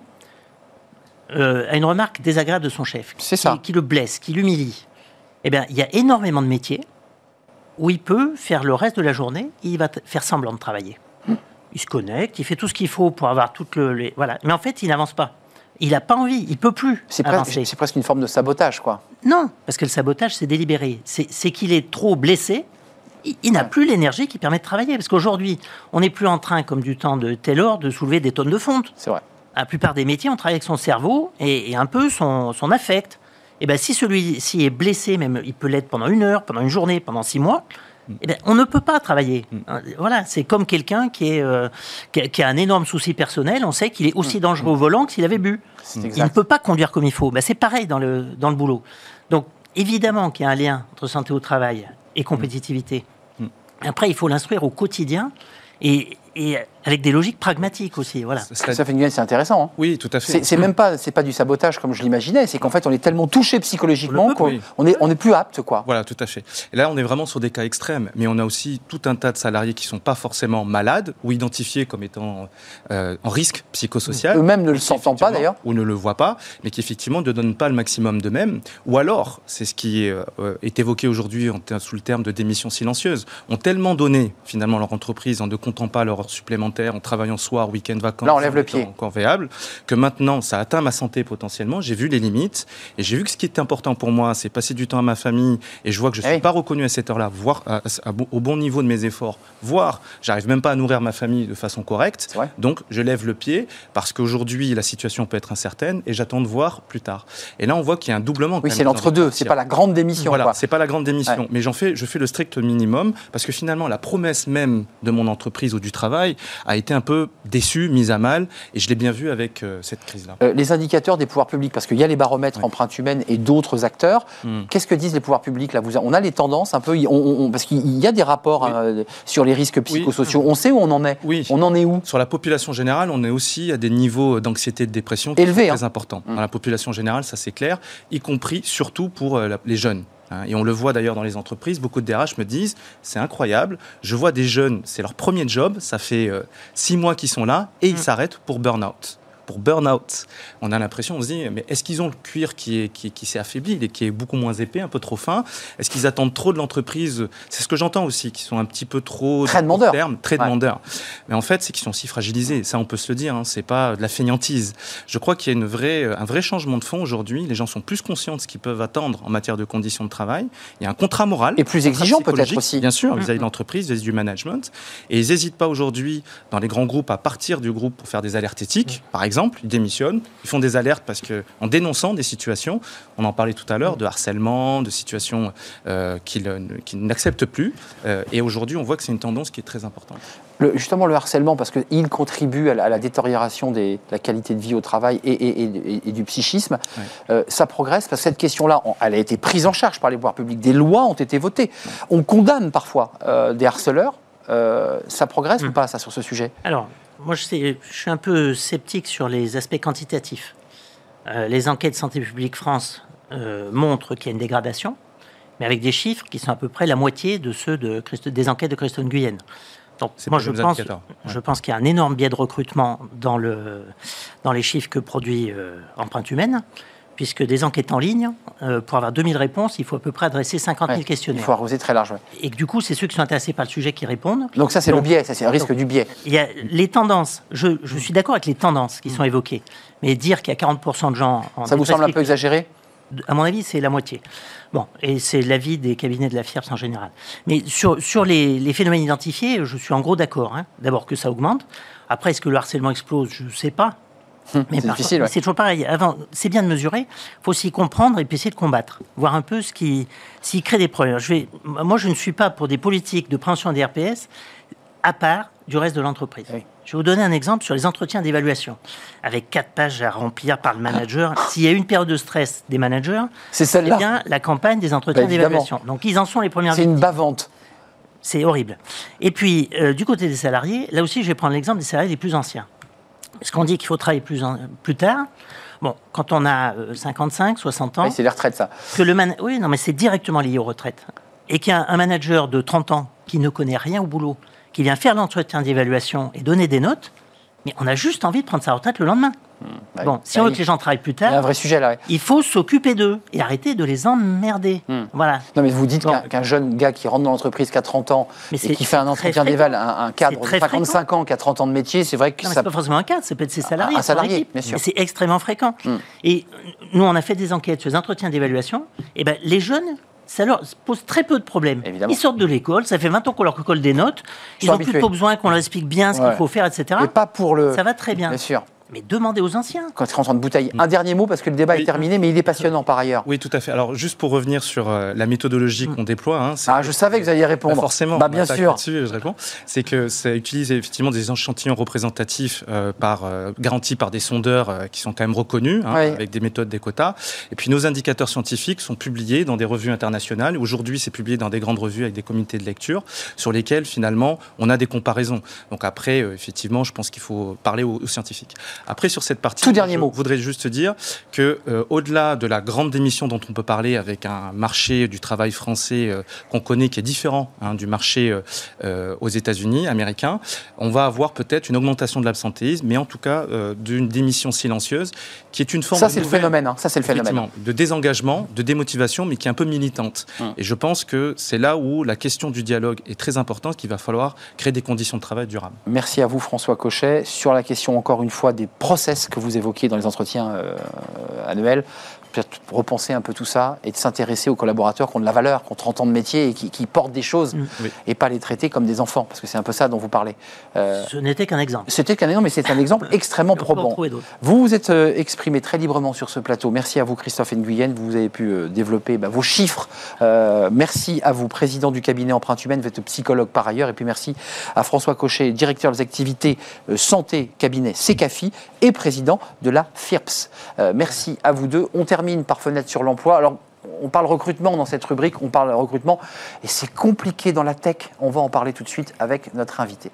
a une remarque désagréable de son chef, qui le blesse, qui l'humilie. Eh bien, il y a énormément de métiers où il peut faire le reste de la journée, il va faire semblant de travailler. Il se connecte, il fait tout ce qu'il faut pour avoir toutes les... Voilà. Mais en fait, il n'avance pas. Il n'a pas envie, il ne peut plus avancer. C'est presque une forme de sabotage, quoi. Non, parce que le sabotage, c'est délibéré. C'est qu'il est trop blessé, il n'a plus l'énergie qui permet de travailler. Parce qu'aujourd'hui, on n'est plus en train, comme du temps de Taylor, de soulever des tonnes de fonte. C'est vrai. La plupart des métiers, on travaille avec son cerveau et un peu son affect. Et bien, si celui-ci est blessé, même il peut l'être pendant 1 heure, pendant une journée, pendant 6 mois, eh bien, on ne peut pas travailler. Voilà, c'est comme quelqu'un qui a un énorme souci personnel, on sait qu'il est aussi dangereux au volant que s'il avait bu. Il ne peut pas conduire comme il faut. Ben, c'est pareil dans le boulot. Donc, évidemment qu'il y a un lien entre santé au travail et compétitivité. Après, il faut l'instruire au quotidien et avec des logiques pragmatiques aussi. Voilà. Ça fait une c'est intéressant. Hein. Oui, tout à fait. C'est même pas du sabotage comme je l'imaginais, c'est qu'en fait on est tellement touché psychologiquement qu'on est plus apte, quoi. Voilà, tout à fait. Et là, on est vraiment sur des cas extrêmes, mais on a aussi tout un tas de salariés qui sont pas forcément malades ou identifiés comme étant en risque psychosocial. Eux-mêmes ne le sentent pas d'ailleurs. Ou ne le voient pas, mais qui effectivement ne donnent pas le maximum d'eux-mêmes. Ou alors, c'est ce qui est évoqué aujourd'hui sous le terme de démission silencieuse, ont tellement donné finalement leur entreprise en ne comptant pas leur heure supplémentaire, en travaillant soir, week-end, vacances, là on lève le pied, convéable, que maintenant ça atteint ma santé potentiellement, j'ai vu les limites et j'ai vu que ce qui était important pour moi, c'est passer du temps à ma famille et je vois que je ne suis pas reconnu à cette heure-là, voire au bon niveau de mes efforts, voire j'arrive même pas à nourrir ma famille de façon correcte, donc je lève le pied parce qu'aujourd'hui la situation peut être incertaine et j'attends de voir plus tard. Et là on voit qu'il y a un doublement. Oui, c'est l'entre-deux, c'est pas la grande démission. Voilà, c'est pas la grande démission, mais je fais le strict minimum parce que finalement la promesse même de mon entreprise ou du travail a été un peu déçu, mise à mal, et je l'ai bien vu avec cette crise-là. Les indicateurs des pouvoirs publics, parce qu'il y a les baromètres empreinte humaine et d'autres acteurs, qu'est-ce que disent les pouvoirs publics là? On a les tendances un peu, parce qu'il y a des rapports sur les risques psychosociaux, on sait où on en est, on en est où? Sur la population générale, on est aussi à des niveaux d'anxiété et de dépression qui sont très importants. Dans la population générale, ça c'est clair, y compris surtout pour les jeunes. Et on le voit d'ailleurs dans les entreprises, beaucoup de DRH me disent, c'est incroyable, je vois des jeunes, c'est leur premier job, ça fait 6 mois qu'ils sont là, et ils s'arrêtent pour burn-out. Pour burn-out. On a l'impression, on se dit, mais est-ce qu'ils ont le cuir qui s'est affaibli, et qui est beaucoup moins épais, un peu trop fin? Est-ce qu'ils attendent trop de l'entreprise? C'est ce que j'entends aussi, qu'ils sont un petit peu trop... Très demandeurs. Très demandeurs. Mais en fait, c'est qu'ils sont aussi fragilisés. Ça, on peut se le dire, c'est pas de la fainéantise. Je crois qu'il y a un vrai changement de fond aujourd'hui. Les gens sont plus conscients de ce qu'ils peuvent attendre en matière de conditions de travail. Il y a un contrat moral. Et plus exigeant peut-être aussi. Bien sûr, vis-à-vis de l'entreprise, vis-à-vis du management. Et ils n'hésitent pas aujourd'hui, dans les grands groupes, à partir du groupe pour faire des alertes éthiques, par exemple. Ils démissionnent, ils font des alertes parce qu'en dénonçant des situations, on en parlait tout à l'heure, de harcèlement, de situations qu'ils n'acceptent plus. Et aujourd'hui, on voit que c'est une tendance qui est très importante. Justement, le harcèlement, parce qu'il contribue à la détérioration de la qualité de vie au travail et du psychisme, ça progresse parce que cette question-là, elle a été prise en charge par les pouvoirs publics. Des lois ont été votées. On condamne parfois des harceleurs. Ça progresse ou pas, ça, sur ce sujet? Alors, moi, je suis un peu sceptique sur les aspects quantitatifs. Les enquêtes Santé publique France montrent qu'il y a une dégradation, mais avec des chiffres qui sont à peu près la moitié de ceux des enquêtes de Christophe Nguyen. Donc, moi, je pense qu'il y a un énorme biais de recrutement dans les chiffres que produit Empreinte Humaine, puisque des enquêtes en ligne, pour avoir 2000 réponses, il faut à peu près adresser 50 000 questionnaires. Il faut arroser très large. Et que, du coup, c'est ceux qui sont intéressés par le sujet qui répondent. Donc ça, c'est le biais, ça c'est le risque du biais. Il y a les tendances. Je suis d'accord avec les tendances qui sont évoquées. Mais dire qu'il y a 40% de gens... Ça vous semble un peu exagéré? À mon avis, c'est la moitié. Bon, et c'est l'avis des cabinets de la FIRPS en général. Mais sur les phénomènes identifiés, je suis en gros d'accord. D'abord que ça augmente. Après, est-ce que le harcèlement explose? Je ne sais pas. Mais c'est difficile. C'est toujours pareil. C'est bien de mesurer. Il faut aussi comprendre et puis essayer de combattre. Voir un peu s'il crée des problèmes. Moi, je ne suis pas pour des politiques de prévention des RPS à part du reste de l'entreprise. Oui. Je vais vous donner un exemple sur les entretiens d'évaluation. Avec 4 pages à remplir par le manager, s'il y a une période de stress des managers, c'est celle-là. Eh bien, la campagne des entretiens d'évaluation. Donc, ils en sont les premières victimes. C'est une bavante. C'est horrible. Et puis, du côté des salariés, là aussi, je vais prendre l'exemple des salariés les plus anciens. Parce qu'on dit qu'il faut travailler plus tard. Bon, quand on a 55, 60 ans... Oui, c'est les retraites, ça. Oui, non, mais c'est directement lié aux retraites. Et qu'il y a un manager de 30 ans qui ne connaît rien au boulot, qui vient faire l'entretien d'évaluation et donner des notes, mais on a juste envie de prendre sa retraite le lendemain. Bon, si on veut que les gens travaillent plus tard, il y a un vrai sujet là. Il faut s'occuper d'eux et arrêter de les emmerder. Voilà. Non, mais vous dites qu'un jeune gars qui rentre dans l'entreprise qui a 30 ans et qui fait un entretien d'éval, un cadre de 55 ans qui a 30 ans de métier, c'est vrai que ça... C'est pas forcément un cadre, ça peut être ses salariés. Un salarié, bien sûr. Mais c'est extrêmement fréquent. Et nous, on a fait des enquêtes sur les entretiens d'évaluation. Et ben, les jeunes, ça leur pose très peu de problèmes. Évidemment. Ils sortent de l'école, ça fait 20 ans qu'on leur colle des notes, ils n'ont plus besoin qu'on leur explique bien ce qu'il faut faire, etc. Et pas pour le... Ça va très bien. Bien sûr. Mais demandez aux anciens. Quand ils rentrent en bouteille. Un dernier mot, parce que le débat est terminé, mais il est passionnant par ailleurs. Oui, tout à fait. Alors, juste pour revenir sur la méthodologie qu'on déploie... je savais que vous alliez répondre. Forcément. Bien sûr. Là-dessus, je réponds. C'est que ça utilise effectivement des échantillons représentatifs garantis par des sondeurs qui sont quand même reconnus, avec des méthodes, des quotas. Et puis, nos indicateurs scientifiques sont publiés dans des revues internationales. Aujourd'hui, c'est publié dans des grandes revues avec des comités de lecture sur lesquels, finalement, on a des comparaisons. Donc après, effectivement, je pense qu'il faut parler aux scientifiques. Après, sur cette partie, je voudrais juste dire que au-delà de la grande démission dont on peut parler avec un marché du travail français qu'on connaît qui est différent du marché aux États-Unis, américain, on va avoir peut-être une augmentation de l'absentéisme, mais en tout cas d'une démission silencieuse qui est une forme ça, c'est le phénomène. Ça, c'est le phénomène. De désengagement, de démotivation, mais qui est un peu militante. Et je pense que c'est là où la question du dialogue est très importante, qu'il va falloir créer des conditions de travail durables. Merci à vous, François Cochet. Sur la question, encore une fois, des process que vous évoquiez dans les entretiens annuels, peut-être repenser un peu tout ça et de s'intéresser aux collaborateurs qui ont de la valeur, qui ont 30 ans de métier et qui portent des choses et pas les traiter comme des enfants, parce que c'est un peu ça dont vous parlez. Ce n'était qu'un exemple. C'était qu'un exemple, mais c'est un exemple extrêmement probant. Vous vous êtes exprimé très librement sur ce plateau. Merci à vous, Christophe Nguyen. Vous avez pu développer vos chiffres. Merci à vous, président du cabinet Empreinte Humaine, vous êtes psychologue par ailleurs. Et puis merci à François Cochet, directeur des activités santé cabinet Secafi et président de la FIRPS. Merci à vous deux. On termine par fenêtre sur l'emploi. Alors, on parle recrutement dans cette rubrique, on parle recrutement, et c'est compliqué dans la tech. On va en parler tout de suite avec notre invité.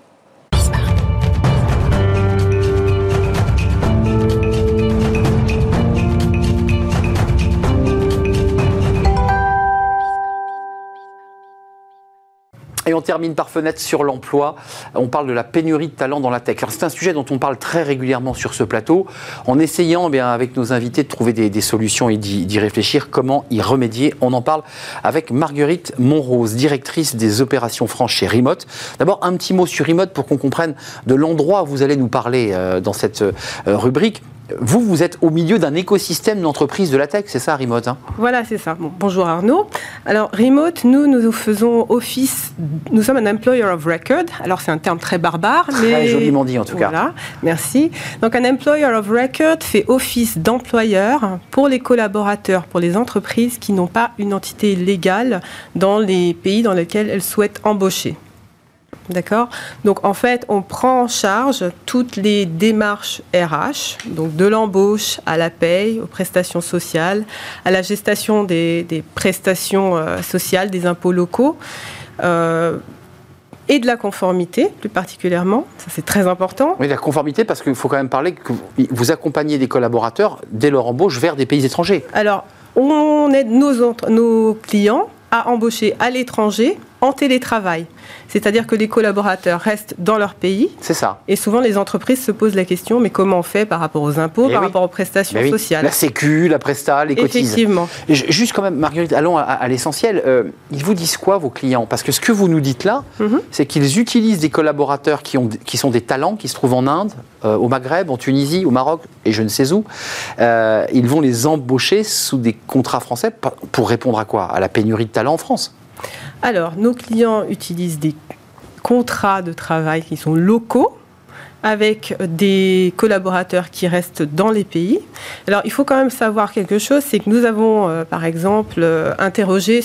Et on termine par fenêtre sur l'emploi. On parle de la pénurie de talents dans la tech. Alors c'est un sujet dont on parle très régulièrement sur ce plateau, en essayant avec nos invités de trouver des solutions et d'y réfléchir, comment y remédier. On en parle avec Marguerite Monrose, directrice des opérations France chez Remote. D'abord, un petit mot sur Remote pour qu'on comprenne de l'endroit où vous allez nous parler dans cette rubrique. Vous êtes au milieu d'un écosystème d'entreprises de la tech, c'est ça, Remote Voilà, c'est ça. Bon, bonjour Arnaud. Alors, Remote, nous faisons office, nous sommes un employer of record. Alors, c'est un terme très barbare, mais... Très joliment dit, en tout cas. Voilà, merci. Donc, un employer of record fait office d'employeur pour les collaborateurs, pour les entreprises qui n'ont pas une entité légale dans les pays dans lesquels elles souhaitent embaucher. D'accord ? Donc, en fait, on prend en charge toutes les démarches RH, donc de l'embauche à la paye, aux prestations sociales, à la gestation des prestations sociales, des impôts locaux, et de la conformité, plus particulièrement. Ça, c'est très important. Oui, la conformité, parce qu'il faut quand même parler que vous accompagnez des collaborateurs, dès leur embauche, vers des pays étrangers. Alors, on aide nos clients à embaucher à l'étranger en télétravail. C'est-à-dire que les collaborateurs restent dans leur pays. C'est ça. Et souvent, les entreprises se posent la question, mais comment on fait par rapport aux impôts, rapport aux prestations sociales ? La Sécu, la Presta, les cotises. Effectivement. Juste quand même, Marguerite, allons à l'essentiel. Ils vous disent quoi, vos clients ? Parce que ce que vous nous dites là, c'est qu'ils utilisent des collaborateurs qui sont des talents, qui se trouvent en Inde, au Maghreb, en Tunisie, au Maroc, et je ne sais où. Ils vont les embaucher sous des contrats français pour répondre à quoi ? À la pénurie de talents en France. Alors, nos clients utilisent des contrats de travail qui sont locaux, avec des collaborateurs qui restent dans les pays. Alors, il faut quand même savoir quelque chose, c'est que nous avons, par exemple, interrogé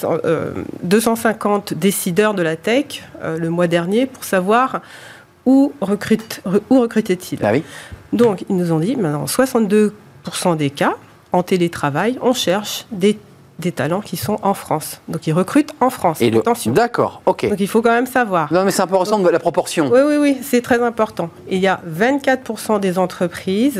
250 décideurs de la tech le mois dernier pour savoir où recrutaient-ils. Ah oui. Donc, ils nous ont dit, dans 62% des cas, en télétravail, on cherche des talents qui sont en France. Donc, ils recrutent en France. Attention. D'accord, ok. Donc, il faut quand même savoir. Non, mais c'est important de la proportion. Oui, c'est très important. Et il y a 24% des entreprises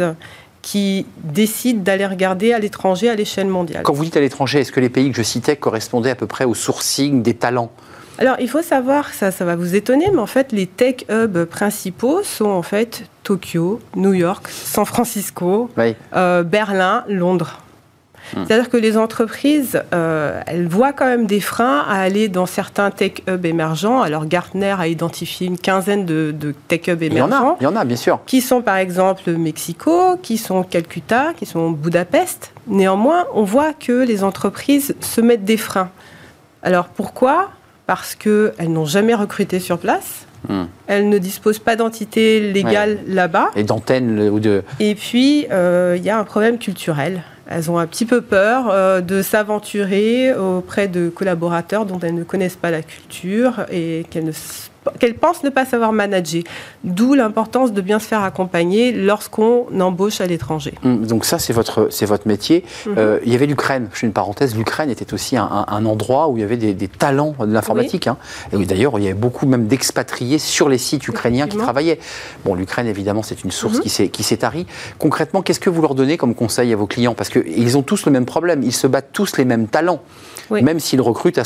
qui décident d'aller regarder à l'étranger, à l'échelle mondiale. Quand vous dites à l'étranger, est-ce que les pays que je citais correspondaient à peu près au sourcing des talents ? Alors, il faut savoir, ça va vous étonner, mais en fait, les tech hubs principaux sont en fait Tokyo, New York, San Francisco, oui. Berlin, Londres. C'est-à-dire que les entreprises, elles voient quand même des freins à aller dans certains tech hubs émergents. Alors, Gartner a identifié une quinzaine de tech hubs émergents. Il y en a, bien sûr. Qui sont par exemple Mexico, qui sont Calcutta, qui sont Budapest. Néanmoins, on voit que les entreprises se mettent des freins. Alors, pourquoi ? Parce qu'elles n'ont jamais recruté sur place. Elles ne disposent pas d'entité légale là-bas. Et d'antenne ou de... Et puis, il y a un problème culturel. Elles ont un petit peu peur de s'aventurer auprès de collaborateurs dont elles ne connaissent pas la culture et qu'elles pensent ne pas savoir manager. D'où l'importance de bien se faire accompagner lorsqu'on embauche à l'étranger. Donc ça, c'est votre métier. Il y avait l'Ukraine, je fais une parenthèse, l'Ukraine était aussi un endroit où il y avait des talents de l'informatique. Oui. Et d'ailleurs, il y avait beaucoup même d'expatriés sur les sites ukrainiens qui travaillaient. Bon, l'Ukraine, évidemment, c'est une source qui s'est tarie. Concrètement, qu'est-ce que vous leur donnez comme conseil à vos clients ? Parce qu'ils ont tous le même problème, ils se battent tous les mêmes talents. Oui. Même s'ils recrutent à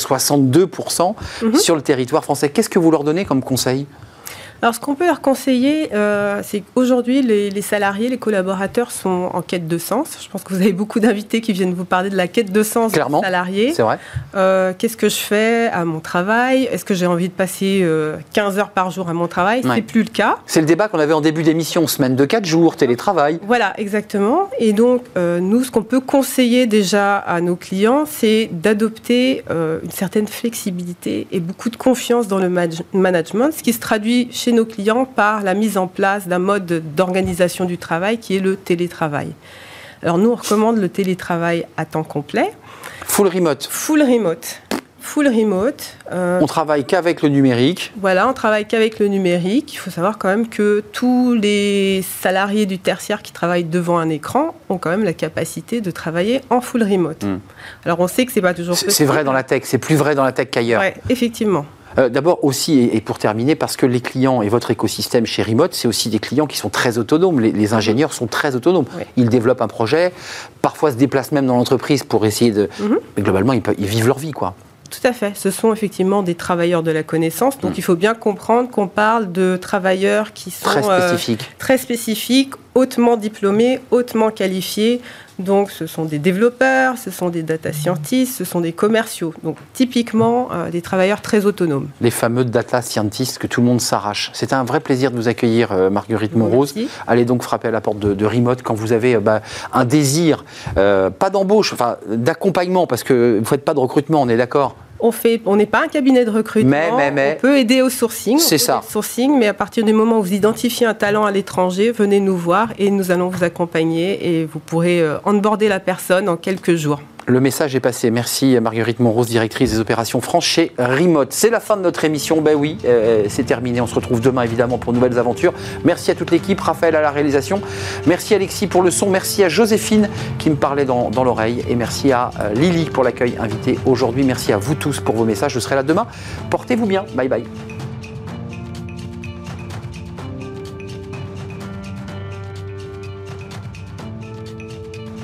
62% sur le territoire français. Qu'est-ce que vous leur donnez comme conseil ? Alors, ce qu'on peut leur conseiller, c'est qu'aujourd'hui, les salariés, les collaborateurs sont en quête de sens. Je pense que vous avez beaucoup d'invités qui viennent vous parler de la quête de sens des salariés. C'est vrai. Qu'est-ce que je fais à mon travail ? Est-ce que j'ai envie de passer 15 heures par jour à mon travail ? C'est plus le cas. C'est le débat qu'on avait en début d'émission, semaine de 4 jours, télétravail. Voilà, exactement. Et donc, nous, ce qu'on peut conseiller déjà à nos clients, c'est d'adopter une certaine flexibilité et beaucoup de confiance dans le management, ce qui se traduit chez nos clients par la mise en place d'un mode d'organisation du travail qui est le télétravail. Alors nous, on recommande le télétravail à temps complet. Full remote. Full remote. Full remote. On travaille qu'avec le numérique. Voilà, on travaille qu'avec le numérique. Il faut savoir quand même que tous les salariés du tertiaire qui travaillent devant un écran ont quand même la capacité de travailler en full remote. Alors on sait que c'est pas toujours possible. C'est vrai dans la tech, c'est plus vrai dans la tech qu'ailleurs. Oui, effectivement. D'abord aussi, et pour terminer, parce que les clients et votre écosystème chez Remote, c'est aussi des clients qui sont très autonomes. Les ingénieurs sont très autonomes. Oui. Ils développent un projet, parfois se déplacent même dans l'entreprise pour essayer de... Mais globalement, ils vivent leur vie, quoi. Tout à fait. Ce sont effectivement des travailleurs de la connaissance. Donc, il faut bien comprendre qu'on parle de travailleurs qui sont très spécifiques, hautement diplômés, hautement qualifiés. Donc, ce sont des développeurs, ce sont des data scientists, ce sont des commerciaux. Donc, typiquement, des travailleurs très autonomes. Les fameux data scientists que tout le monde s'arrache. C'est un vrai plaisir de vous accueillir, Marguerite Monrose. Merci. Allez donc frapper à la porte de Remote quand vous avez un désir, pas d'embauche, enfin d'accompagnement, parce que vous ne faites pas de recrutement, on est d'accord ? On n'est pas un cabinet de recrutement, mais on peut aider au sourcing. C'est ça. Sourcing, mais à partir du moment où vous identifiez un talent à l'étranger, venez nous voir et nous allons vous accompagner et vous pourrez onboarder la personne en quelques jours. Le message est passé. Merci Marguerite Monrose, directrice des opérations France chez Remote. C'est la fin de notre émission. Ben oui, c'est terminé. On se retrouve demain évidemment pour de nouvelles aventures. Merci à toute l'équipe, Raphaël à la réalisation. Merci Alexis pour le son. Merci à Joséphine qui me parlait dans l'oreille. Et merci à Lily pour l'accueil invité aujourd'hui. Merci à vous tous pour vos messages. Je serai là demain. Portez-vous bien. Bye bye.